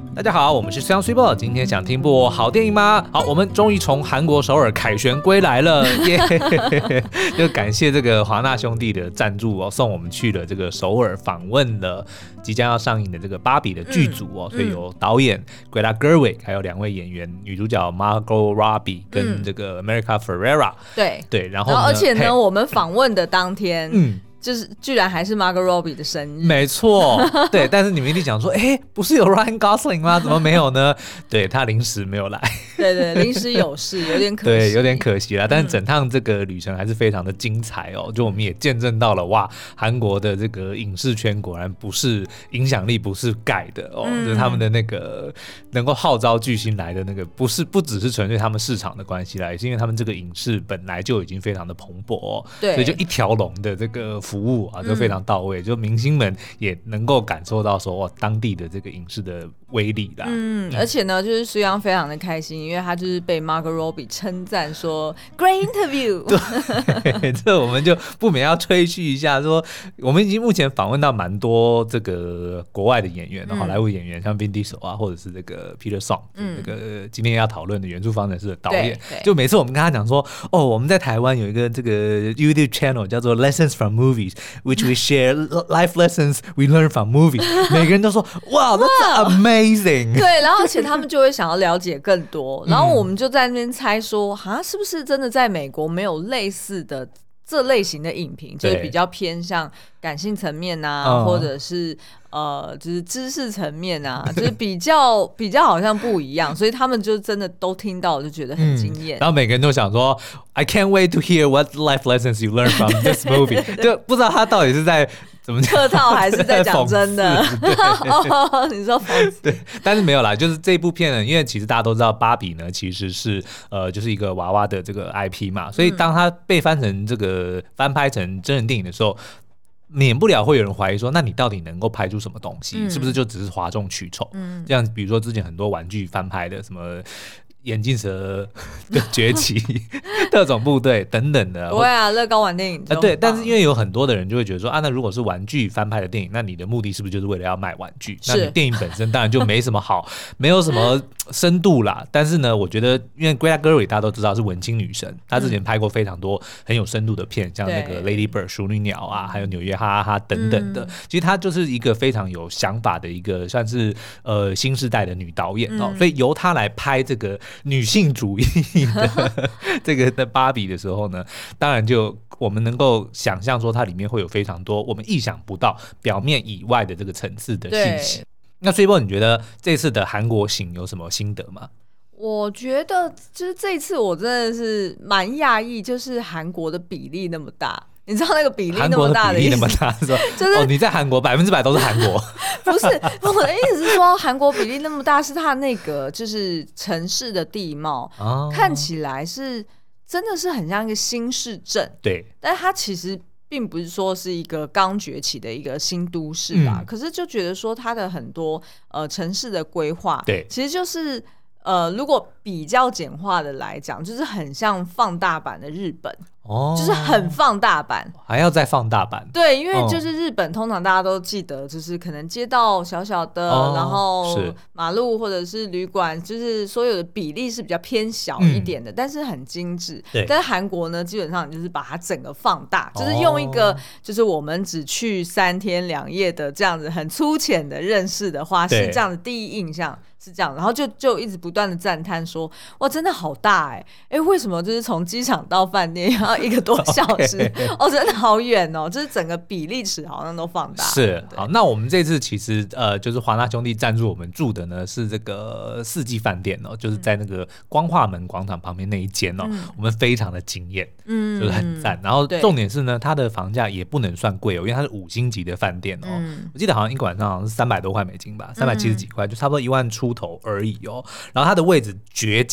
大家好，我们是香水报，今天想听部好电影吗？好，我们终于从韩国首尔凯旋归来了，耶！就感谢这个华纳兄弟的赞助哦，送我们去了这个首尔访问了即将要上映的这个芭比的剧组哦，所以有导演 Greta Gerwig， 还有2位演员，女主角 Margot Robbie 跟这个 America Ferrera，对，然后而且呢，我们访问的当天，就是居然还是 Margot Robbie 的生日， 没错，对，但是你们一定想说，不是有 Ryan Gosling 吗？怎么没有呢？对，他临时没有来， 对，临时有事，有点可惜， 对，有点可惜啦。但是整趟这个旅程还是非常的精彩哦，就我们也见证到了哇，韩国的这个影视圈果然不是影响力不是盖的哦，就是他们的那个能够号召巨星来的那个，不只是纯粹他们市场的关系啦，也是因为他们这个影视本来就已经非常的蓬勃哦，对，所以就一条龙的这个服务啊，就非常到位，就明星们也能够感受到说哇，当地的这个影视的威力啦。 而且呢，就是苏央非常的开心，因为他就是被 Margot Robbie 称赞说 Great interview。 对，这我们就不免要吹嘘一下，说我们已经目前访问到蛮多这个国外的演员，好莱坞演员，像 Vin Diesel 啊，或者是这个 Peter Song，这个今天要讨论的原著方程式的导演，就每次我们跟他讲说，哦，我们在台湾有一个这个 YouTube channel 叫做 Lessons from Movies。Which we share life lessons we learn from movies 。每个人都说哇 ，That's amazing。 对，然后而且他们就会想要了解更多，然后我们就在那边猜说，是不是真的在美国没有类似的这类型的影评，就是比较偏向感性层面啊，或者是就是知识层面啊，就是比较好像不一样，所以他们就真的都听到就觉得很惊艳。 然后每个人都想说 ，I can't wait to hear what life lessons you learn from this movie 。就不知道他到底是在怎么客套还是在讲真的？你说讽刺？ 对，但是没有啦，就是这部片呢，因为其实大家都知道，芭比呢其实是就是一个娃娃的这个 IP 嘛，所以当它被翻拍成真人电影的时候。免不了会有人怀疑说，那你到底能够拍出什么东西？是不是就只是哗众取宠？这样，比如说之前很多玩具翻拍的，什么眼镜蛇的崛起、特种部队等等的。 对啊，乐高玩电影对，但是因为有很多的人就会觉得说那如果是玩具翻拍的电影，那你的目的是不是就是为了要卖玩具？那你电影本身当然就没什么好，没有什么深度啦。但是呢，我觉得因为 Greta Gerwig 大家都知道是文青女神，她之前拍过非常多很有深度的片，像那个 Lady Bird 熟女鸟啊，还有纽约哈哈哈等等的。其实她就是一个非常有想法的一个算是新世代的女导演哦，所以由她来拍这个女性主义的这个的芭比的时候呢，当然就我们能够想象说它里面会有非常多我们意想不到表面以外的这个层次的讯息。那所以你觉得这次的韩国行有什么心得吗？ 我觉得就是这一次我真的是蛮讶异，就是韩国的比例那么大。你知道那个比例那么大的意思？ 韩国的比例那么大，就是你在韩国100%都是韩国。 不是，我的意思是说，韩国比例那么大，是它那个就是城市的地貌，看起来是真的是很像一个新市镇。 对， 但它其实并不是说是一个刚崛起的一个新都市吧，可是就觉得说它的很多城市的规划， 对， 其实就是如果比较简化的来讲，就是很像放大版的日本。就是很放大版， 还要再放大版。 对，因为就是日本通常大家都记得，就是可能街道小小的，然后马路或者是旅馆，就是所有的比例是比较偏小一点的，但是很精致。但是韩国呢，基本上就是把它整个放大，就是用一个就是我们只去3天2夜的这样子很粗浅的认识的话，是这样的第一印象。是这样，然后就一直不断的赞叹说，哇，真的好大为什么就是从机场到饭店要1个多小时？真的好远哦，就是整个比例尺好像都放大。 是，好，那我们这次其实就是华纳兄弟赞助我们住的呢是这个4季饭店哦，就是在那个光化门广场旁边那一间哦，我们非常的惊艳，就是很赞。然后重点是呢，它的房价也不能算贵哦，因为它是5星级的饭店哦，我记得好像一个晚上好像是300多块美金吧，370几块，就差不多1万出头而已哦。然后它的位置绝佳，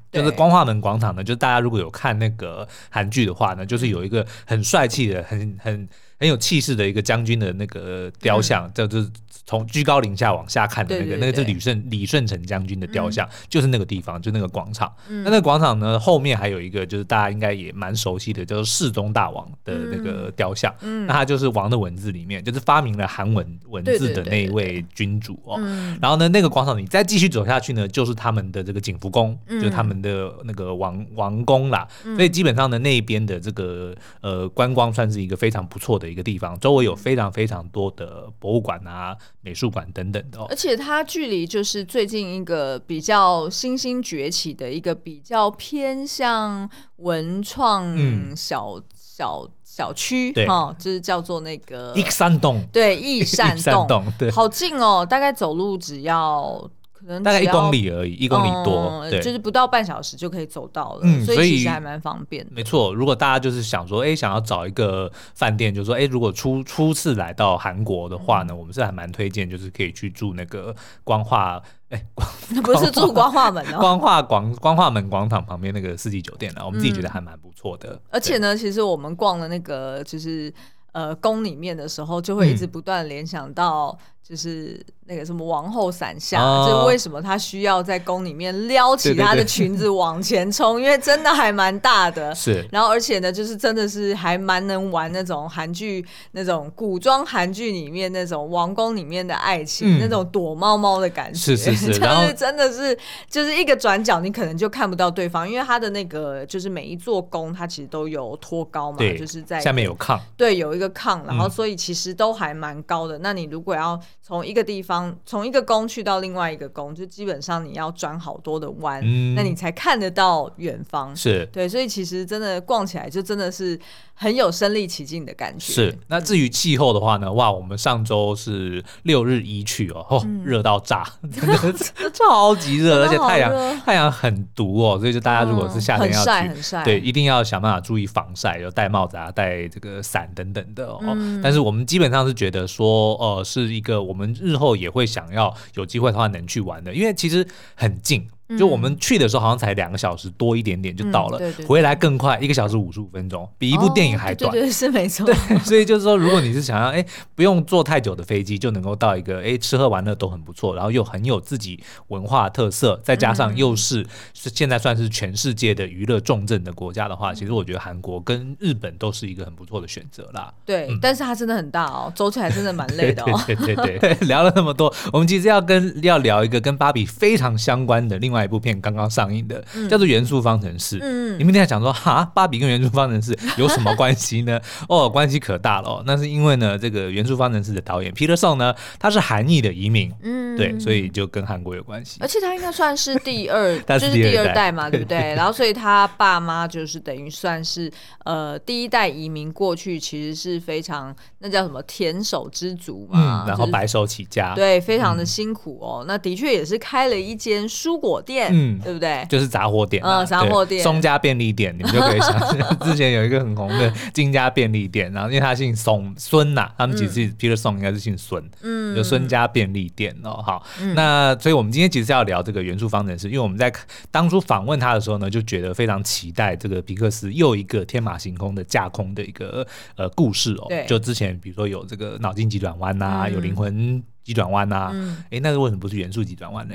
就是光化门广场呢，就是大家如果有看那个韩剧的话呢，就是有一个很帅气的、很有气势的一个将军的那个雕像，就是从居高临下往下看的那个是李舜臣将军的雕像，就是那个地方，就那个广场。那个广场呢，后面还有一个就是大家应该也蛮熟悉的，叫做世宗大王的那个雕像。那他就是王的文字里面，就是发明了韩文字的那一位君主哦。然后呢，那个广场你再继续走下去呢，就是他们的这个景福宫，就是他们的那个王宫啦。所以基本上呢，那一边的这个观光算是一个非常不错的一个地方，周围有非常非常多的博物馆啊、美术馆等等的。 而且它距离就是最近一个比较新兴崛起的一个比较偏向文创小区，就是叫做那个益善洞， 对，益善洞，对，好近哦，大概走路只要。可能大概1公里而已，1公里多，对， 就是不到半小时就可以走到了，所以其实还蛮方便的。 没错，如果大家就是想说，想要找一个饭店，就是说，如果初次来到韩国的话呢，我们是还蛮推荐，就是可以去住那个光化， 不是住光化门哦， 光化门广场旁边那个四季酒店啦，我们自己觉得还蛮不错的。 而且呢，其实我们逛了那个就是宫里面的时候，就会一直不断联想到。就是那个什么王后伞下，就是为什么她需要在宫里面撩起她的裙子往前冲，因为真的还蛮大的。 是， 然后而且呢，就是真的是还蛮能玩那种韩剧那种古装韩剧里面那种王宫里面的爱情，那种躲猫猫的感觉。 是， 然后真的是就是一个转角，你可能就看不到对方，因为它的那个就是每一座宫，它其实都有托高嘛，就是在下面有炕， 对，有一个炕，然后所以其实都还蛮高的。那你如果要从一个地方，从一个宫去到另外一个宫，就基本上你要转好多的弯，那你才看得到远方。 是， 对，所以其实真的逛起来就真的是很有身临其境的感觉。 是，那至于气候的话呢，哇，我们上周是6日一去哦，热到炸，真的超级热，而且太阳很毒哦，所以就大家如果是夏天要去， 很晒， 对，一定要想办法注意防晒，有戴帽子啊，戴这个伞等等的哦。但是我们基本上是觉得说，是一个我们日后也会想要有机会的话能去玩的，因为其实很近。就我们去的时候好像才2个小时多一点点就到了，回来更快，1个小时55分钟，比一部电影还短。 对，是没错。 对，所以就是说，如果你是想要不用坐太久的飞机就能够到一个吃喝玩乐都很不错，然后又很有自己文化特色，再加上又是现在算是全世界的娱乐重镇的国家的话，其实我觉得韩国跟日本都是一个很不错的选择啦。 对，但是它真的很大哦，走起来真的蛮累的哦。 对，聊了那么多，我们其实要聊一个跟芭比非常相关的另外一部片刚刚上映的，叫做《元素方程式》。你们一定在想说，芭比跟元素方程式有什么关系呢？关系可大了哦。那是因为呢，这个元素方程式的导演 Peter Song 呢，他是韩裔的移民，对，所以就跟韩国有关系。 而且他应该算是第二，就是第二代嘛，对不对？然后所以他爸妈就是等于算是第一代移民过去，其实是非常那叫什么田手之族嘛， 然后白手起家， 对，非常的辛苦哦。那的确也是开了一间蔬果店。对不对？ 就是杂货店， 杂货店， 松家便利店，你们就可以想象，之前有一个很红的金家便利店，然后因为他姓孙呐，他们其实 Peter Song 应该是姓孙，就孙家便利店哦。好，那所以我们今天其实要聊这个元素方程式，因为我们在当初访问他的时候呢，就觉得非常期待这个皮克斯又一个天马行空的架空的一个故事哦。就之前比如说有这个脑筋急转弯呐，有灵魂急转弯啊，那为什么不是元素急转弯呢？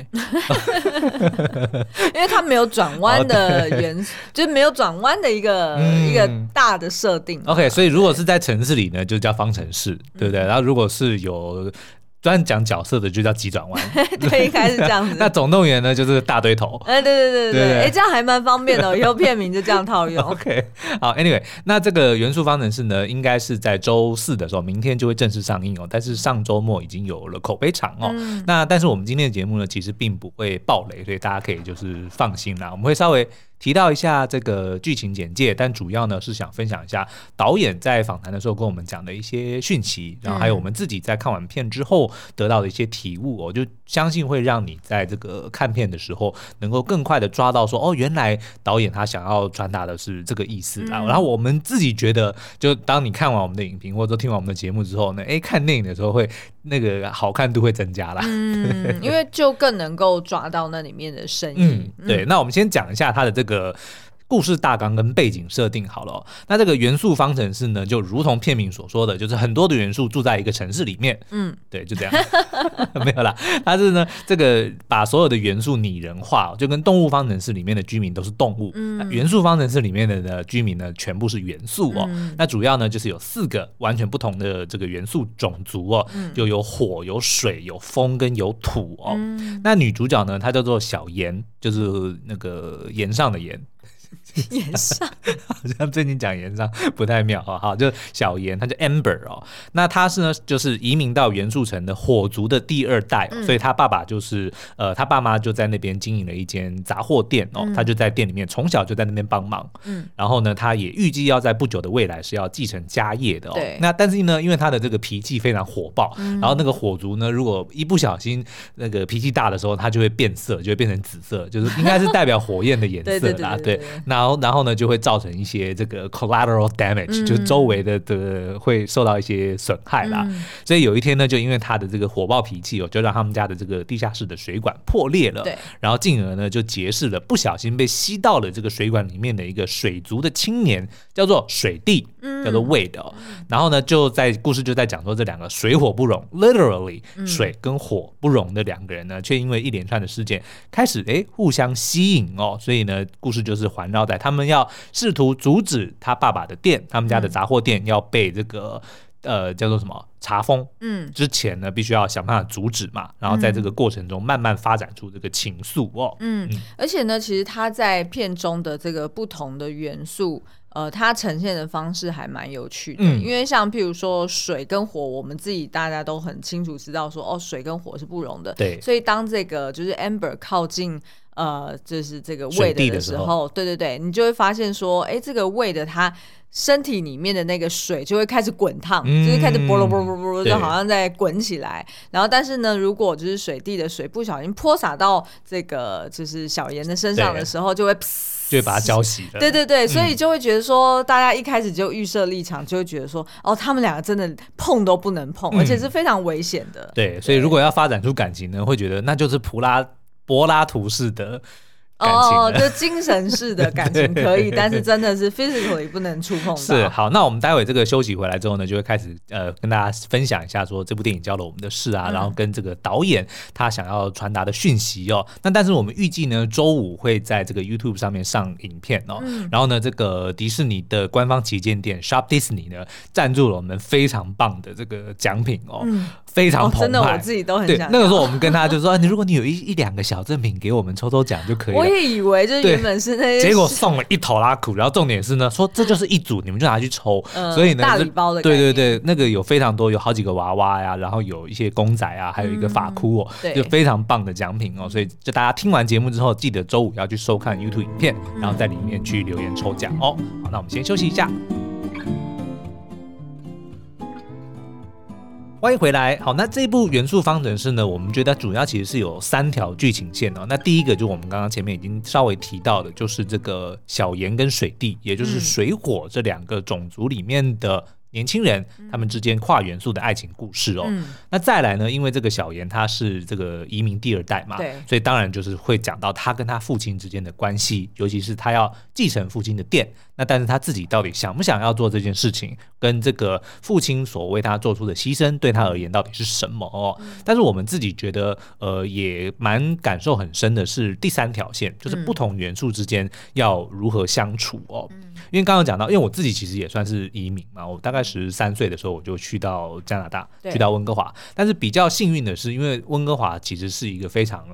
因为它没有转弯的元素，就是没有转弯的一个大的设定。 OK， 所以如果是在城市里呢，就叫方程式，对不对？然后如果是有专讲角色的就叫急转弯， 对，应该是这样子。 那总动员呢就是大堆头， 对，这样还蛮方便的，以后片名就这样套用。 OK， 好 ，Anyway， 那这个元素方程式呢，应该是在周4的时候，明天就会正式上映哦。但是上周末已经有了口碑场哦。那但是我们今天的节目呢，其实并不会爆雷，所以大家可以就是放心啦。我们会稍微提到一下这个剧情简介，但主要呢是想分享一下导演在访谈的时候跟我们讲的一些讯息，然后还有我们自己在看完片之后得到的一些体悟，我就相信会让你在这个看片的时候能够更快的抓到说，原来导演他想要传达的是这个意思啦。然后我们自己觉得，就当你看完我们的影评或者说听完我们的节目之后呢，看电影的时候会那个好看度会增加啦。 因为就更能够抓到那里面的深意。 对，那我们先讲一下它的这个故事大纲跟背景设定好了那这个元素方程式呢，就如同片名所说的，就是很多的元素住在一个城市里面。对，就这样。没有啦，它是呢这个把所有的元素拟人化，就跟动物方程式里面的居民都是动物，元素方程式里面的居民呢全部是元素那主要呢就是有4个完全不同的这个元素种族就有火、有水、有风跟有土那女主角呢，她叫做小妍，就是那个岩上的岩。 岩上好像最近讲岩上不太妙好，就小妍，她叫 Amber 那她是呢就是移民到元素城的火族的第2代所以她爸爸就是她爸妈就在那边经营了一间杂货店她就在店里面从小就在那边帮忙然后呢她也预计要在不久的未来是要继承家业的那但是呢因为她的这个脾气非常火爆然后那个火族呢如果一不小心那个脾气大的时候，她就会变色，就会变成紫色，就是应该是代表火焰的颜色啦对然后呢就会造成一些这个 collateral damage 就周围的会受到一些损害啦所以有一天呢就因为他的这个火爆脾气就让他们家的这个地下室的水管破裂了然后进而呢就结识了不小心被吸到了这个水管里面的一个水族的青年，叫做水弟叫做 Wade然后呢就在故事就在讲说这2个水火不容 literally 水跟火不容的2个人呢却因为一连串的事件开始互相吸引所以呢故事就是环绕在他们要试图阻止他爸爸的店，他们家的杂货店要被这个叫做什么查封之前呢必须要想办法阻止嘛然后在这个过程中慢慢发展出这个情愫而且呢其实他在片中的这个不同的元素它呈现的方式还蛮有趣的因为像譬如说水跟火我们自己大家都很清楚知道说水跟火是不容的对，所以当这个就是 Amber 靠近就是这个Wade的时候对你就会发现说这个Wade他身体里面的那个水就会开始滚烫就是开始啵啵啵啵啵就好像在滚起来然后但是呢如果就是水地的水不小心泼洒到这个就是小妍的身上的时候就会把它浇熄了对所以就会觉得说大家一开始就预设立场就会觉得说他们2个真的碰都不能碰而且是非常危险的对所以如果要发展出感情呢会觉得那就是柏拉图式的感情就精神式的感情可以但是真的是 physically 不能触碰到是好那我们待会这个休息回来之后呢就会开始跟大家分享一下说这部电影教了我们的事然后跟这个导演他想要传达的讯息那但是我们预计呢周5会在这个 YouTube 上面上影片然后呢这个迪士尼的官方旗舰店 Shop Disney 呢赞助了我们非常棒的这个奖品非常澎湃真的我自己都很想要那个时候我们跟他就说如果你有1-2个小赠品给我们抽奖就可以了我也以为就是原本是那些结果送了一头拉苦然后重点是呢说这就是一组你们就拿去抽所以呢大礼包的概念对那个有非常多有好几个娃娃呀然后有一些公仔还有一个发箍就非常棒的奖品所以就大家听完节目之后记得周5要去收看 YouTube 影片然后在里面去留言抽奖好那我们先休息一下欢迎回来好那这部元素方程式呢我们觉得主要其实是有3条剧情线那第一个就我们刚刚前面已经稍微提到的就是这个小妍跟水弟也就是水火这2个种族里面的年轻人他们之间跨元素的爱情故事那再来呢因为这个小妍他是这个移民第2代嘛所以当然就是会讲到他跟他父亲之间的关系尤其是他要继承父亲的店那但是他自己到底想不想要做这件事情跟这个父亲所为他做出的牺牲对他而言到底是什么但是我们自己觉得也蛮感受很深的是第3条线就是不同元素之间要如何相处因为刚刚讲到因为我自己其实也算是移民嘛我大概13岁的时候我就去到加拿大去到温哥华但是比较幸运的是因为温哥华其实是一个非常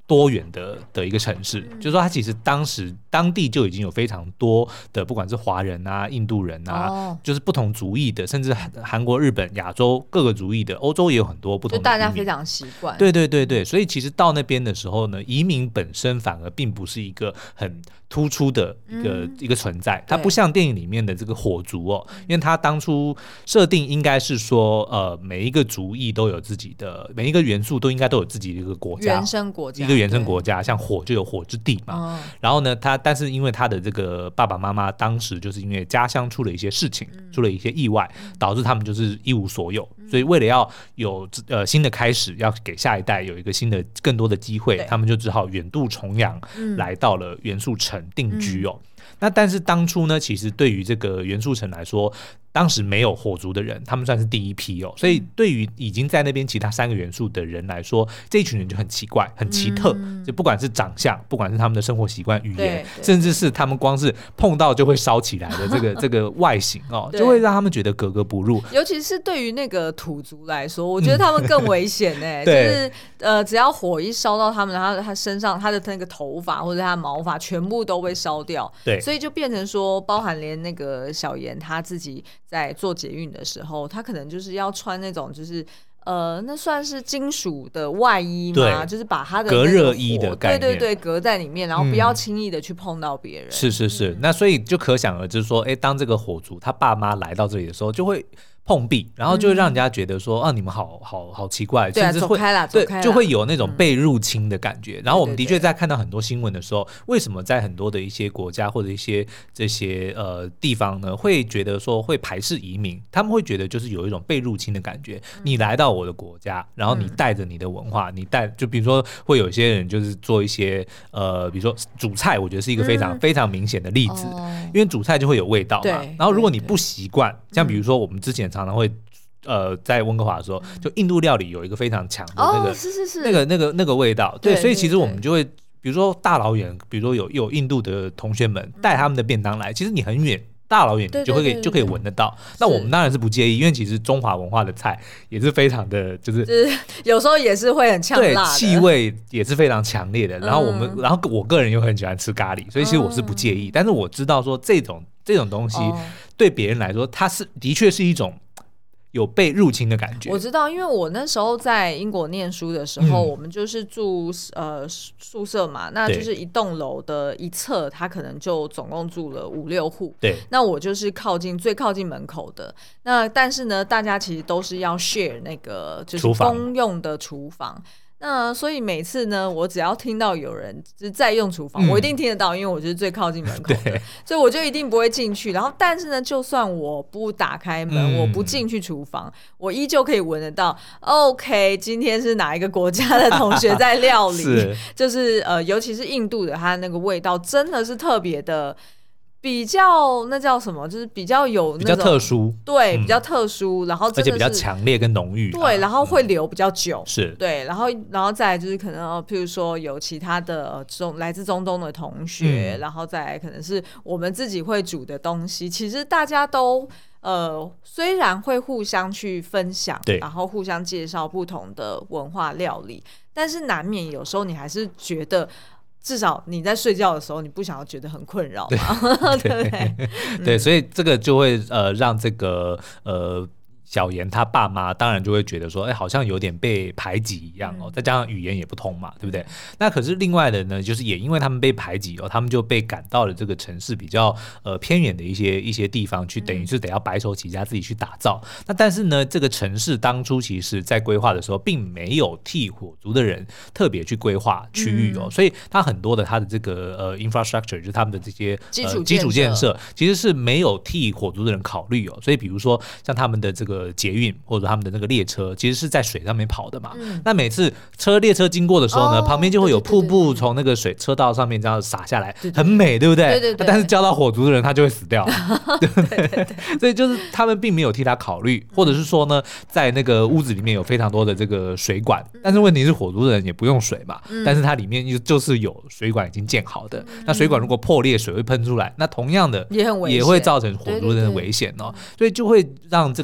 多元的一个城市，就是说它其实当地就已经有非常多的不管是华人啊、印度人啊，就是不同族裔的，甚至韩国、日本、亚洲各个族裔的，欧洲也有很多不同的移民， 就大家非常习惯。 对对对对，所以其实到那边的时候呢，移民本身反而并不是一个很突出的一个存在，它不像电影里面的这个火族哦，因为它当初设定应该是说每一个族裔都有自己的，每一个元素都应该都有自己的一个国家， 原生国家， 一个原生国家，像火就有火之地嘛。然后呢，但是因为他的这个爸爸妈妈当时就是因为家乡出了一些事情，出了一些意外，导致他们就是一无所有，所以为了要有新的开始，要给下一代有一个新的更多的机会，他们就只好远渡重洋，来到了元素城定居哦。那但是当初呢，其实对于这个元素城来说，当时没有火族的人，他们算是第一批哦，所以对于已经在那边其他3个元素的人来说，这一群人就很奇怪、很奇特，就不管是长相，不管是他们的生活习惯、语言，甚至是他们光是碰到就会烧起来的这个外形哦，就会让他们觉得格格不入。 尤其是对于那个土族来说，我觉得他们更危险就是只要火一烧到他们，他身上他的那个头发或者他的毛发全部都被烧掉， 对， 所以就变成说，包含连那个小妍他自己在做捷运的时候，他可能就是要穿那种就是那算是金属的外衣嘛，就是把他的隔热衣的概念， 对对对，隔在里面，然后不要轻易的去碰到别人。 是是是，那所以就可想而知说，当这个火族他爸妈来到这里的时候，就会碰壁，然后就会让人家觉得说，你们好奇怪， 对啊， 甚至会走开啦，走开啦， 就会有那种被入侵的感觉。然后我们的确在看到很多新闻的时候，为什么在很多的一些国家或者一些这些地方呢，会觉得说会排斥移民？他们会觉得就是有一种被入侵的感觉。你来到我的国家，然后你带着你的文化，就比如说会有一些人就是做一些比如说煮菜，我觉得是一个非常非常明显的例子，因为煮菜就会有味道嘛。然后如果你不习惯，像比如说我们之前常常会在温哥华的时候，就印度料理有一个非常强的那个那个味道，对，所以其实我们就会比如说大老远，比如说有印度的同学们带他们的便当来，其实你很远大老远你就可以闻得到。那我们当然是不介意，因为其实中华文化的菜也是非常的就是有时候也是会很呛辣的， 对，气味也是非常强烈的。然后然后我个人又很喜欢吃咖喱，所以其实我是不介意。但是我知道说这种东西对别人来说，它的确是一种有被入侵的感觉。 我知道，因为我那时候在英国念书的时候，我们就是住宿舍嘛，那就是一栋楼的一侧，它可能就总共住了5-6户。 对， 那我就是最靠近门口的。那但是呢，大家其实都是要 share 那个就是公用的厨房。那所以每次呢，我只要听到有人就是在用厨房，我一定听得到，因为我就是最靠近门口的，所以我就一定不会进去。然后，但是呢，就算我不打开门，我不进去厨房，我依旧可以闻得到。OK， 今天是哪一个国家的同学在料理？就是尤其是印度的，它那个味道真的是特别的。比较那叫什么，就是比较有那种比较特殊， 对，比较特殊，然后真的是而且比较强烈跟浓郁， 对，然后会留比较久， 是对，然后再来就是可能譬如说有其他的来自中东的同学，然后再来可能是我们自己会煮的东西，其实大家都虽然会互相去分享，然后互相介绍不同的文化料理，但是难免有时候你还是觉得。至少你在睡觉的时候，你不想要觉得很困扰嘛？对不对？ 对，所以这个就会让这个小妍他爸妈当然就会觉得说，好像有点被排挤一样哦，再加上语言也不通嘛，对不对？那可是另外的呢，就是也因为他们被排挤哦，他们就被赶到了这个城市比较偏远的一些地方去，等于是得要白手起家自己去打造。那但是呢，这个城市当初其实在规划的时候，并没有替火族的人特别去规划区域哦，所以它很多的它的这个infrastructure 就是他们的这些基础建设，其实是没有替火族的人考虑哦。所以比如说像他们的这个捷运或者他们的那个列车，其实是在水上面跑的嘛。那每次列车经过的时候呢，旁边就会有瀑布从那个车道上面这样洒下来，很美，对不对？对。但是交到火族的人，他就会死掉，对不对？所以就是他们并没有替他考虑，或者是说呢，在那个屋子里面有非常多的这个水管，但是问题是火族的人也不用水嘛，但是它里面就是有水管已经建好的。那水管如果破裂，水会喷出来，那同样的也会造成火族人的危险哦。所以就会让这个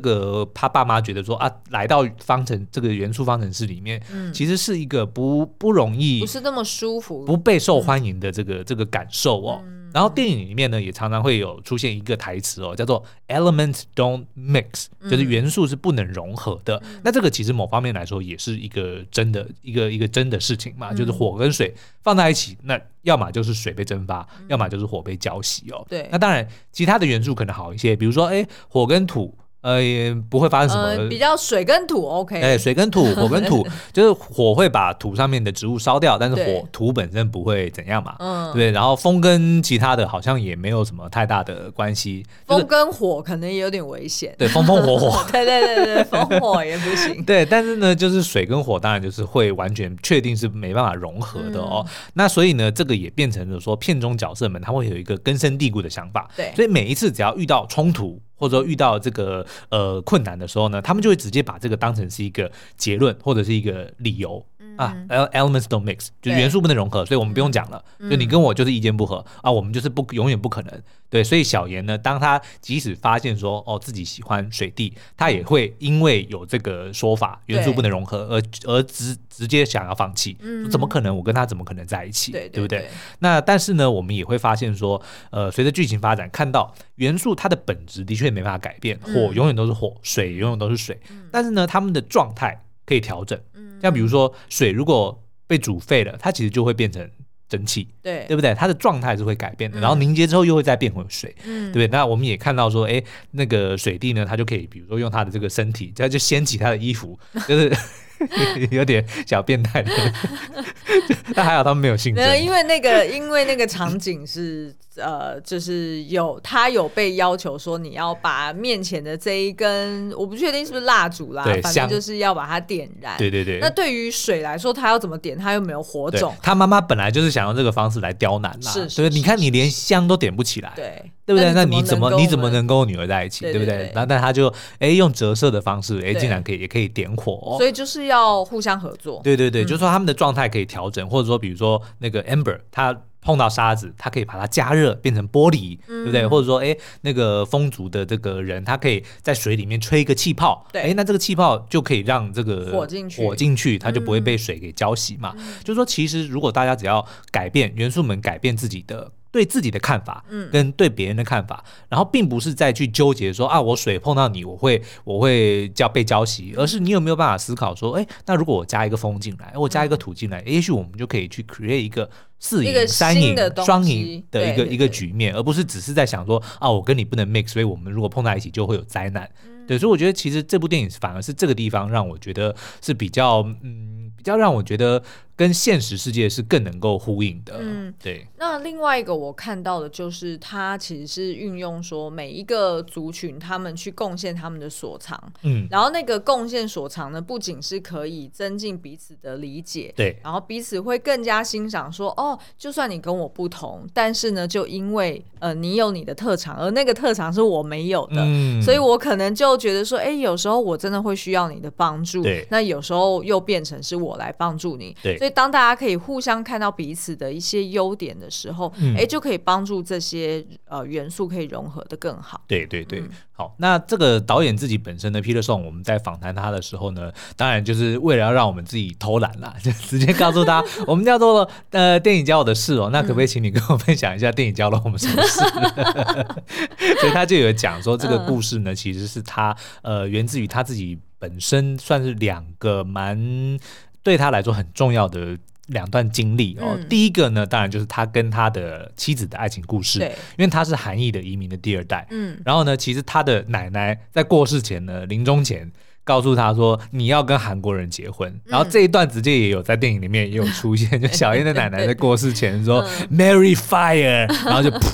他爸妈觉得说啊，来到这个元素方程式里面，其实是一个不容易， 不是那么舒服， 不备受欢迎的这个感受哦。然后电影里面呢，也常常会有出现一个台词哦，叫做 "Elements don't mix"，就是元素是不能融合的。那这个其实某方面来说也是一个真的一个真的事情嘛，就是火跟水放在一起，那要么就是水被蒸发，要么就是火被浇熄哦。 对， 那当然其他的元素可能好一些，比如说火跟土。也不会发生什么， 比较水跟土 OK， 水跟土，火跟土，就是火会把土上面的植物烧掉，但是土本身不会怎样嘛，对不对？然后风跟其他的好像也没有什么太大的关系， 风跟火可能也有点危险， 对，风火， 对，风火也不行， 对，但是呢，就是水跟火当然就是会完全确定是没办法融合的哦。那所以呢，这个也变成了说片中角色们他会有一个根深蒂固的想法， 对， 所以每一次只要遇到冲突，或者说遇到这个困难的时候呢，他们就会直接把这个当成是一个结论或者是一个理由，elements don't mix， 就是元素不能融合，所以我们不用讲了，就你跟我就是意见不合啊，我们就是永远不可能。对，所以小妍呢，当他即使发现说自己喜欢水地，他也会因为有这个说法元素不能融合而直接想要放弃，怎么可能？我跟他怎么可能在一起？对不对？那但是呢，我们也会发现说，随着剧情发展，看到元素它的本质的确没办法改变，火永远都是火，水永远都是水，但是呢，他们的状态可以调整。像比如说水如果被煮沸了，它其实就会变成蒸汽，对不对？它的状态是会改变的，然后凝结之后又会再变回水，对不对？那我们也看到说，那个水地呢，它就可以比如说用它的这个身体，它就掀起它的衣服，就是有点小变态的但还好他们没有性征， 因为那个场景是就是他有被要求说你要把面前的这一根，我不确定是不是蜡烛啦，反正就是要把它点燃。 对。 那对于水来说，他要怎么点？他又没有火种。 他妈妈本来就是想用这个方式来刁难啦，对，你看你连香都点不起来，对不对？那你怎么能跟我女儿在一起，对不对？然后但他就用折射的方式，竟然也可以点火， 所以就是要互相合作。 对，就是说他们的状态可以调整，或者说比如说那个 Amber 他碰到沙子，他可以把它加热变成玻璃，对不对？或者说那个风族的这个人，他可以在水里面吹一个气泡，那这个气泡就可以让这个火进去，它就不会被水给浇熄嘛。就是说其实如果大家只要改变元素们，改变自己的对自己的看法跟对别人的看法，然后并不是再去纠结说我水碰到你我会被浇熄，而是你有没有办法思考说那如果我加一个风进来，我加一个土进来，也许我们就可以去 create 一个4赢3赢双赢的一个局面，而不是只是在想说我跟你不能 mix， 所以我们如果碰在一起就会有灾难。对，所以我觉得其实这部电影反而是这个地方让我觉得是比较让我觉得跟现实世界是更能够呼应的。对。 那另外一个我看到的就是它其实是运用说每一个族群他们去贡献他们的所长，然后那个贡献所长呢，不仅是可以增进彼此的理解， 对， 然后彼此会更加欣赏说就算你跟我不同，但是呢就因为你有你的特长，而那个特长是我没有的，所以我可能就觉得说有时候我真的会需要你的帮助，那有时候又变成是我来帮助你，所以当大家可以互相看到彼此的一些优点的时候，就可以帮助这些元素可以融合的更好。 对，好，那这个导演自己本身的 Peter Song， 我们在访谈他的时候呢，当然就是为了要让我们自己偷懒啦，就直接告诉他我们要做电影教我的事那可不可以请你跟我分享一下电影教了我们什么事所以他就有讲说这个故事呢，其实是他源自于他自己本身算是2个对他来说很重要的2段经历第一个呢，当然就是他跟他的妻子的爱情故事，因为他是韩裔的移民的第2代，然后呢，其实他的奶奶在过世前呢，临终前告诉他说你要跟韩国人结婚，然后这一段直接也有在电影里面也有出现，就小燕的奶奶在过世前说Marry Fire， 然后就噗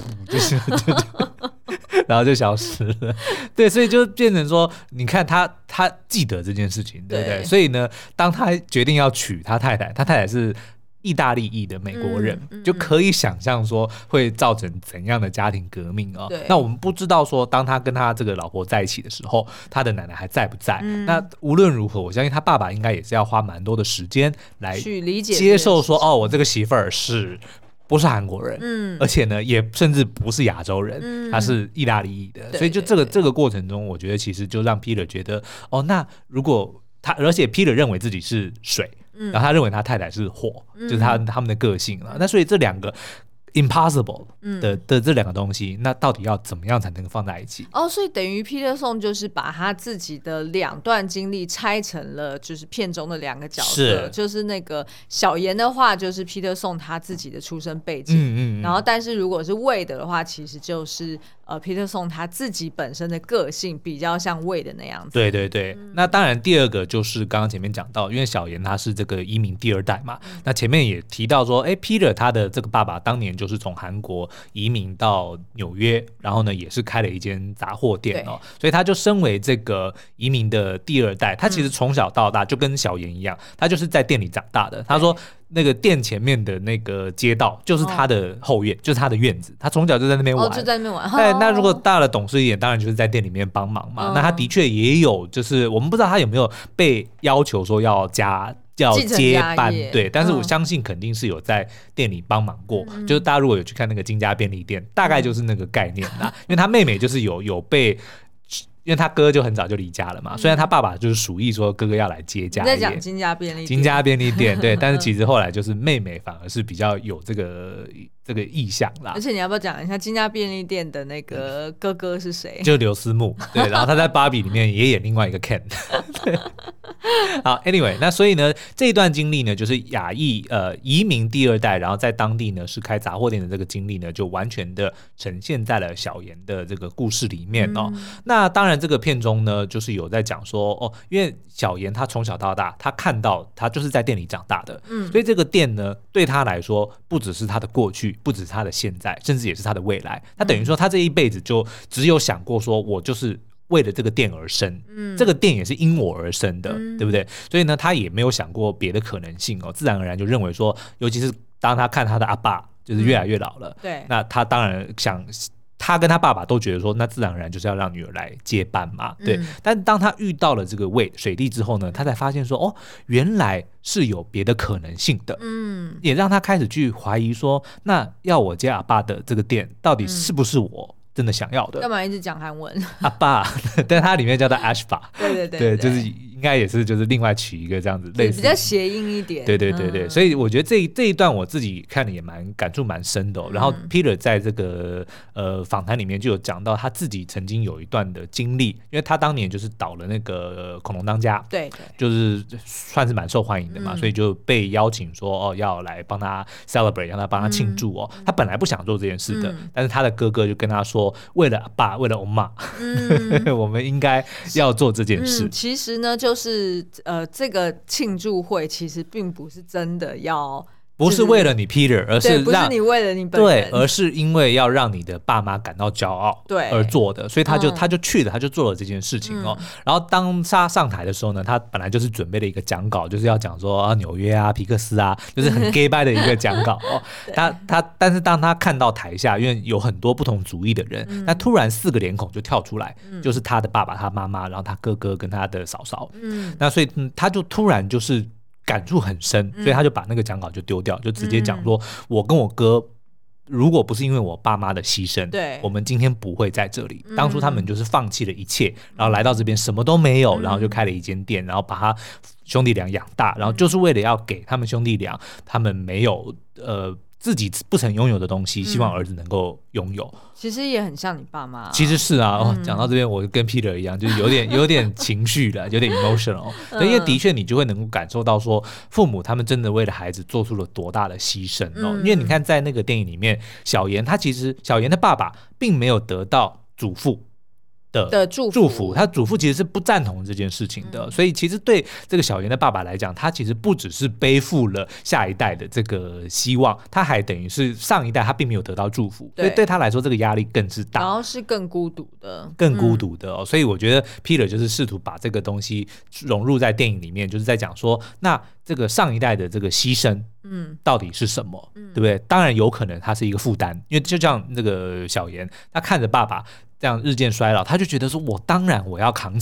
然后就消失了。对，所以就变成说你看他记得这件事情，对不对？所以呢，当他决定要娶他太太是意大利裔的美国人，就可以想象说会造成怎样的家庭革命那我们不知道说当他跟他这个老婆在一起的时候，他的奶奶还在不在那无论如何，我相信他爸爸应该也是要花蛮多的时间来去理解接受说我这个媳妇儿是不是韩国人，而且呢也甚至不是亚洲人，他是意大利裔的，所以就这个过程中，我觉得其实就让 Peter 觉得那如果而且 Peter 认为自己是水，然后他认为他太太是火，就是他们的个性了。那所以这两个 impossible 的这两个东西，那到底要怎么样才能放在一起？ 所以等于 Peter Song 就是把他自己的两段经历拆成了就是片中的两个角色，就是那个小妍的话就是 Peter Song 他自己的出生背景，然后但是如果是 Wade 的话，其实就是Peter Song 他自己本身的个性比较像 Wade 的那样子。 对对对，那当然第二个就是刚刚前面讲到，因为小妍他是这个移民第二代嘛，那前面也提到说Peter 他的这个爸爸当年就是从韩国移民到纽约，然后呢也是开了一间杂货店所以他就身为这个移民的第二代，他其实从小到大就跟小妍一样，他就是在店里长大的。他说那个店前面的那个街道就是他的后院，就是他的院子，他从小就在那边玩， 就在那边玩。 那如果大了懂事一点，当然就是在店里面帮忙嘛。那他的确也有，就是我们不知道他有没有被要求说要接班，对，但是我相信肯定是有在店里帮忙过。就是大家如果有去看那个金家便利店，大概就是那个概念啦。因为他妹妹就是有被。因为他哥就很早就离家了嘛，虽然他爸爸就是属意说哥哥要来接家业， 你在讲金家便利店， 金家便利店对，但是其实后来就是妹妹反而是比较有这个意向啦。 而且你要不要讲一下金家便利店的那个哥哥是谁？ 就刘思慕，对，然后他在芭比里面也演另外一个 Ken 好 anyway， 那所以呢这一段经历呢就是亚裔移民第二代，然后在当地呢是开杂货店的这个经历呢就完全的呈现在了小妍的这个故事里面那当然这个片中呢就是有在讲说因为小妍她从小到大她看到她就是在店里长大的，所以这个店呢对她来说不只是她的过去，不只是她的现在，甚至也是她的未来。她等于说她这一辈子就只有想过说我就是为了这个店而生，这个店也是因我而生的，对不对？所以呢他也没有想过别的可能性自然而然就认为说，尤其是当他看他的阿爸就是越来越老了， 对， 那他当然想他跟他爸爸都觉得说那自然而然就是要让女儿来接班嘛，对。但当他遇到了这个水地之后呢，他才发现说原来是有别的可能性的，也让他开始去怀疑说那要我接阿爸的这个店到底是不是我真的想要的？ 干嘛一直讲韩文？ 阿爸，但它里面叫做 Ashba， 对， 就是应该也是就是另外取一个这样子类似， 比较谐音一点。 对，所以我觉得这一段我自己看了也感触蛮深的然后 Peter 在这个访谈里面就有讲到他自己曾经有一段的经历，因为他当年就是导了那个恐龙当家， 对， 就是算是蛮受欢迎的嘛，所以就被邀请说要来帮他 celebrate， 让他帮他庆祝他本来不想做这件事的，但是他的哥哥就跟他说为了爸为了欧妈我们应该要做这件事其实呢就是这个庆祝会其实并不是真的要不是为了你 Peter， 而是不是你为了你本人， 对，而是因为要让你的爸妈感到骄傲而做的，所以他就去了，他就做了这件事情然后当他上台的时候呢，他本来就是准备了一个讲稿，就是要讲说纽约皮克斯就是很 gay bye 的一个讲稿但是当他看到台下因为有很多不同族裔的人，那突然4个脸孔就跳出来，就是他的爸爸他妈妈，然后他哥哥跟他的嫂嫂那所以他就突然就是感触很深，所以他就把那个讲稿就丢掉，就直接讲说我跟我哥如果不是因为我爸妈的牺牲， 对， 我们今天不会在这里当初他们就是放弃了一切然后来到这边什么都没有然后就开了一间店，然后把他兄弟俩养大，然后就是为了要给他们兄弟俩他们没有自己不曾拥有的东西，希望儿子能够拥有。 其实也很像你爸妈其实是讲到这边我跟 Peter 一样，就是有点情绪了，有点 emotional 因为的确你就会能够感受到说父母他们真的为了孩子做出了多大的牺牲因为你看在那个电影里面小妍小妍的爸爸并没有得到祖父的祝福，他祖父其实是不赞同这件事情的所以其实对这个小妍的爸爸来讲，他其实不只是背负了下一代的这个希望，他还等于是上一代他并没有得到祝福，所以对他来说这个压力更是大， 然后是更孤独的所以我觉得 Peter 就是试图把这个东西融入在电影里面，就是在讲说那这个上一代的这个牺牲到底是什么对不对？当然有可能它是一个负担，因为就像那个小妍他看着爸爸这样日渐衰老，他就觉得说我当然我要扛起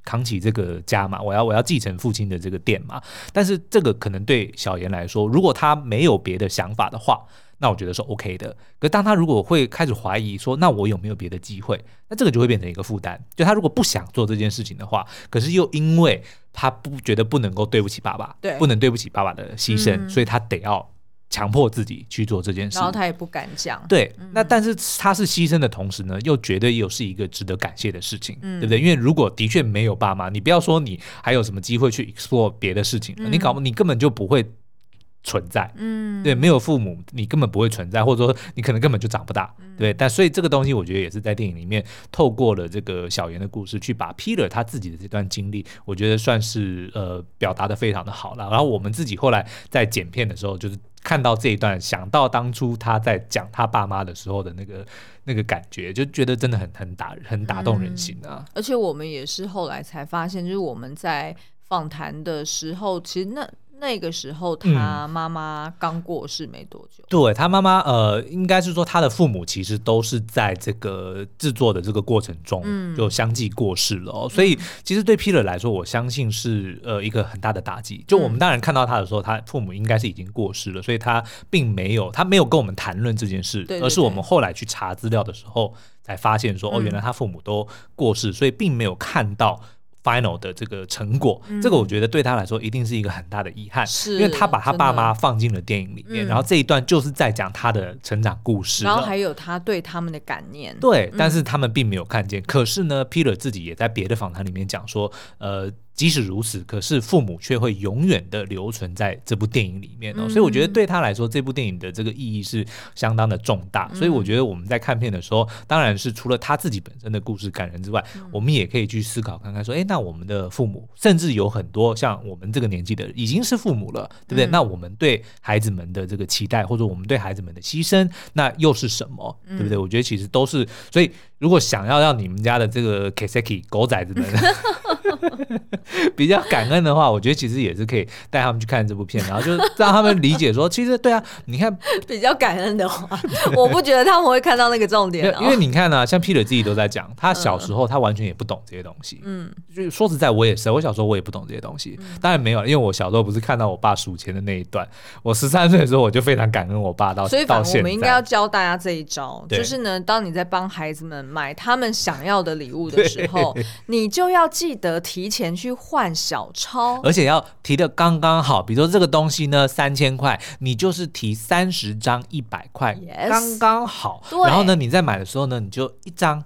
扛起这个家嘛，我要继承父亲的这个店嘛。但是这个可能对小妍来说，如果他没有别的想法的话，那我觉得是 OK 的。可当他如果会开始怀疑说，那我有没有别的机会，那这个就会变成一个负担。就他如果不想做这件事情的话，可是又因为他觉得不能够对不起爸爸，不能对不起爸爸的牺牲，所以他得要强迫自己去做这件事， 然后他也不敢讲。 对，那但是他是牺牲的同时呢，又觉得又是一个值得感谢的事情，对不对？因为如果的确没有爸妈，你不要说你还有什么机会去 explore 别的事情，你根本就不会存在，对，没有父母你根本不会存在，或者说你可能根本就长不大，对。但所以这个东西我觉得也是在电影里面透过了这个小妍的故事，去把 Peter 他自己的这段经历，我觉得算是表达的非常的好了。然后我们自己后来在剪片的时候，就是看到这一段，想到当初他在讲他爸妈的时候的那个感觉，就觉得真的很打动人心啊。 而且我们也是后来才发现，就是我们在访谈的时候，其实那个时候他妈妈刚过世没多久， 对，他妈妈应该是说他的父母其实都是在这个制作的这个过程中就相继过世了，所以其实对 Peter 来说，我相信是一个很大的打击。就我们当然看到他的时候，他父母应该是已经过世了，所以他没有跟我们谈论这件事， 对， 而是我们后来去查资料的时候才发现说，原来他父母都过世，所以并没有看到final 的这个成果，这个我觉得对他来说一定是一个很大的遗憾，因为他把他爸妈放进了电影里面，然后这一段就是在讲他的成长故事， 然后还有他对他们的感念， 对，但是他们并没有看见。可是呢 Peter 自己也在别的访谈里面讲说，即使如此，可是父母却会永远的留存在这部电影里面所以我觉得对他来说，这部电影的这个意义是相当的重大。所以我觉得我们在看片的时候，当然是除了他自己本身的故事感人之外，我们也可以去思考看看说，那我们的父母，甚至有很多像我们这个年纪的已经是父母了，对不对？那我们对孩子们的这个期待，或者我们对孩子们的牺牲，那又是什么？对不对？我觉得其实都是。所以如果想要让你们家的这个 Kiseki 狗崽子们比较感恩的话，我觉得其实也是可以带他们去看这部片，然后就让他们理解说，其实对啊，你看比较感恩的话，我不觉得他们会看到那个重点因为你看啊，像 Peter 自己都在讲，他小时候他完全也不懂这些东西。就说实在，我也是，我小时候我也不懂这些东西。当然没有，因为我小时候不是看到我爸数钱的那一段，我13岁的时候我就非常感恩我爸到现在。 所以我们应该要教大家这一招，就是呢，当你在帮孩子们买他们想要的礼物的时候，你就要记得提前去换小钞， 而且要提的刚刚好。比如说这个东西呢3000块，你就是提30张100块，刚刚好。然后呢，你在买的时候呢，你就一张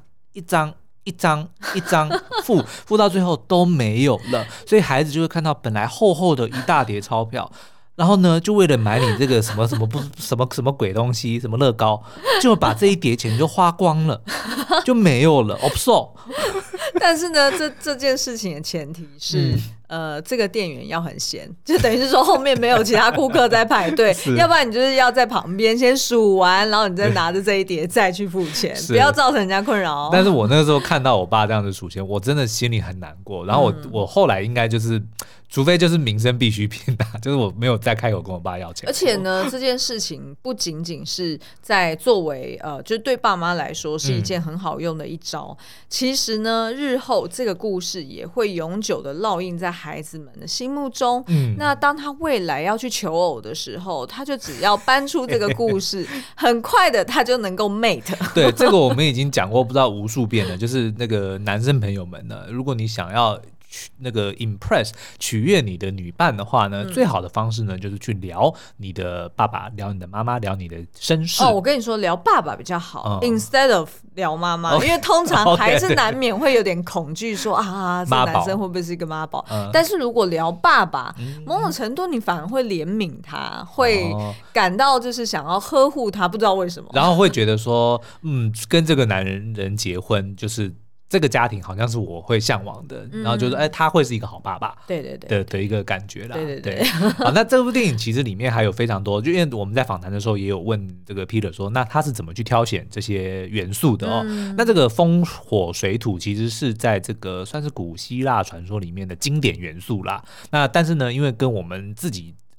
付到最后都没有了，所以孩子就会看到本来厚厚的一大叠钞票。然后呢，就为了买你这个什么鬼东西，什么乐高，就把这一叠钱就花光了，就没有了。 但是呢，这件事情的前提是，这个店员要很闲，就等于是说后面没有其他顾客在排队，要不然你就是要在旁边先数完，然后你再拿着这一叠再去付钱，不要造成人家困扰。 但是我那个时候看到我爸这样子数钱，我真的心里很难过。然后我后来应该就是。除非就是民生必需品就是我没有再开口跟我爸要钱。 而且呢，这件事情不仅仅是在作为就是对爸妈来说是一件很好用的一招，其实呢，日后这个故事也会永久的烙印在孩子们的心目中。那当他未来要去求偶的时候，他就只要搬出这个故事，很快的他就能够 mate。 对，这个我们已经讲过不知道无数遍了，就是那个男生朋友们呢，如果你想要那个 impress 取悦你的女伴的话呢，最好的方式呢就是去聊你的爸爸，聊你的妈妈，聊你的身世。 我跟你说，聊爸爸比较好，instead of 聊妈妈，因为通常还是难免会有点恐惧说这男生会不会是一个妈宝？但是如果聊爸爸，某种程度你反而会怜悯他，会感到就是想要呵护他，不知道为什么， 然后会觉得说跟这个男人结婚就是这个家庭好像是我会向往的，然后就是他会是一个好爸爸， 对对对的一个感觉啦， 对。 好，那这部电影其实里面还有非常多，就因为我们在访谈的时候也有问这个 Peter 说，那他是怎么去挑选这些元素的那这个风火水土其实是在这个算是古希腊传说里面的经典元素啦。那但是呢，因为跟我们自己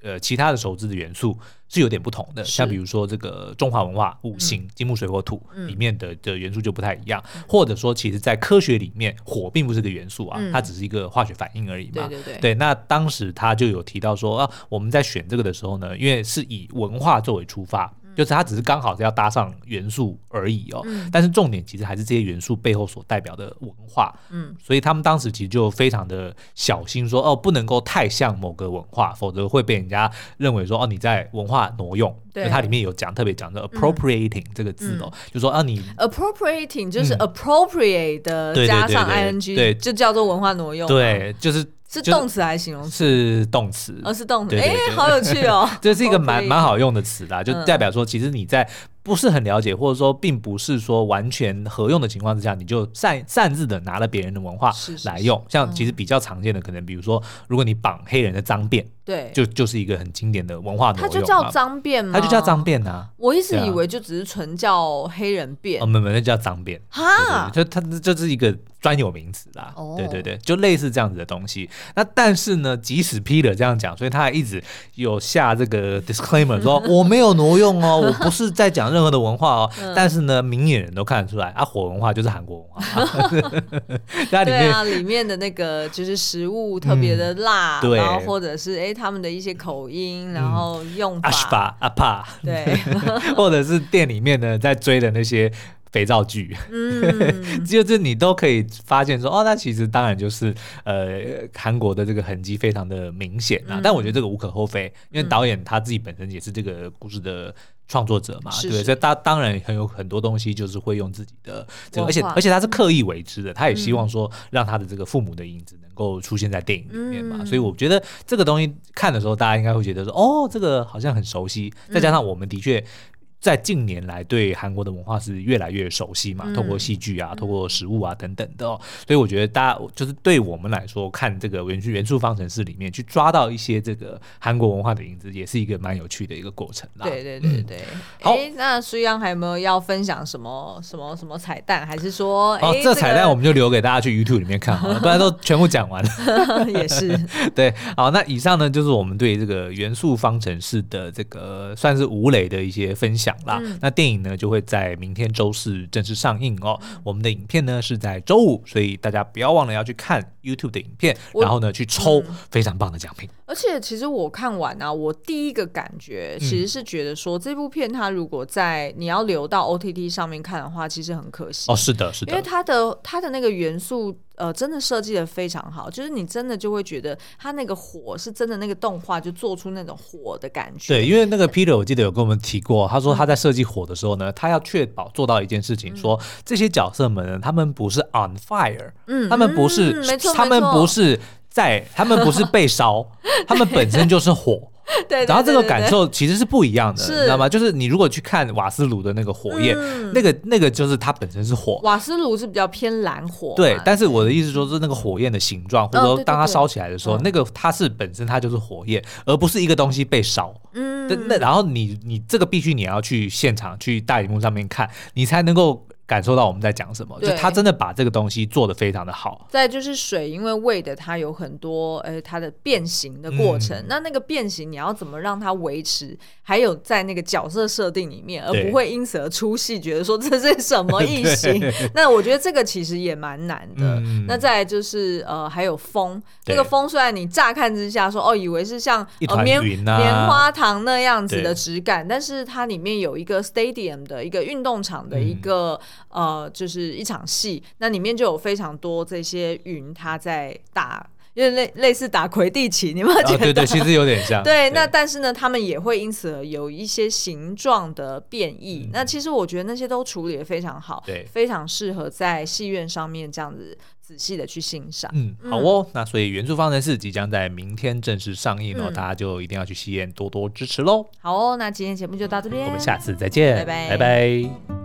其他的熟知的元素是有点不同的，像比如说这个中华文化五行金木水火土里面的元素就不太一样，或者说其实在科学里面火并不是个元素啊，它只是一个化学反应而已嘛。对，那当时他就有提到说我们在选这个的时候呢，因为是以文化作为出发，就是它只是刚好是要搭上元素而已但是重点其实还是这些元素背后所代表的文化。所以他们当时其实就非常的小心说不能够太像某个文化，否则会被人家认为说你在文化挪用。就它里面有特别讲的 appropriating 这个字就说你 appropriating 就是 appropriate 的加上 ing 对，就叫做文化挪用。 对， 是动词还是形容词？ 是动词。 是动词。好有趣哦。 这是一个蛮好用的词啦，就代表说其实你在不是很了解，或者说并不是说完全合用的情况之下，你就擅自的拿了别人的文化来用。像其实比较常见的可能比如说如果你绑黑人的脏辫，对，就是一个很经典的文化挪用。 它就叫脏辫吗？ 它就叫脏辫啊。 我一直以为就只是纯叫黑人辫。 没，那叫脏辫。哈，就它就是一个专有名词啦。对，就类似这样子的东西。那但是呢，即使 Peter 这样讲，所以他还一直有下这个 disclaimer 说我没有挪用我不是在讲任何的文化但是呢，明眼人都看得出来火文化就是韩国文化。 对啊，里面的那个就是食物特别的辣，然后或者是他们的一些口音，然后用法阿帕， 对， 或者是店里面呢在追的那些肥皂剧，就是你都可以发现说那其实当然就是韩国的这个痕迹非常的明显但我觉得这个无可厚非，因为导演他自己本身也是这个故事的创作者嘛，对，所以他当然很多东西就是会用自己的这个，而且他是刻意为之的，他也希望说让他的这个父母的影子能够出现在电影里面嘛，所以我觉得这个东西看的时候，大家应该会觉得说这个好像很熟悉，再加上我们的确在近年来对韩国的文化是越来越熟悉嘛，透过戏剧啊，透过食物啊等等的所以我觉得大家就是对我们来说看这个元素方程式里面去抓到一些这个韩国文化的影子，也是一个蛮有趣的一个过程啦。 对。好，那苏央还有没有要分享什么彩蛋，还是说这彩蛋我们就留给大家去 YouTube 里面看好了，不然都全部讲完了。 也是对。好，那以上呢就是我们对这个元素方程式的这个算是吴磊的一些分享那电影呢就会在明天周四正式上映我们的影片呢是在周五，所以大家不要忘了要去看 YouTube 的影片，然后呢去抽非常棒的奖品。 而且其实我看完我第一个感觉其实是觉得说这部片它如果在你要留到 OTT 上面看的话，其实很可惜。 是的， 因为它的那个元素真的设计的非常好，就是你真的就会觉得它那个火是真的，那个动画就做出那种火的感觉。对， 因为那个 Peter 我记得有跟我们提过，他说他在设计火的时候呢，他要确保做到一件事情，说这些角色们呢，他们不是 on fire，他们不是，他们不是他们不是被烧，他们本身就是火。 对， 然后这个感受其实是不一样的，你知道吗？就是你如果去看瓦斯炉的那个火焰，那个就是它本身是火。 瓦斯炉是比较偏蓝火， 对。但是我的意思说是那个火焰的形状，或者说当它烧起来的时候，那个它是本身它就是火焰，而不是一个东西被烧。然后你这个必须你要去现场去大荧幕上面看，你才能够感受到我们在讲什么，就他真的把这个东西做得非常的好。 再就是水，因为喂的它有很多它的变形的过程，那个变形你要怎么让它维持，还有在那个角色设定里面，而不会因此而出戏，觉得说这是什么异形。那我觉得这个其实也蛮难的。那再来就是还有风，这个风虽然你乍看之下说以为是像一团云棉花糖那样子的质感，但是它里面有一个 stadium 的一个运动场的一个就是一场戏，那里面就有非常多这些云，它在打，因为类似打魁地奇，你有没有觉得？ 对，其实有点像。 对，那但是呢，他们也会因此而有一些形状的变异。那其实我觉得那些都处理得非常好，对，非常适合在戏院上面这样子仔细的去欣赏。 好那所以元素方程式即将在明天正式上映大家就一定要去戏院多多支持咯。 好那今天节目就到这边， 我们下次再见， 拜拜。 拜拜。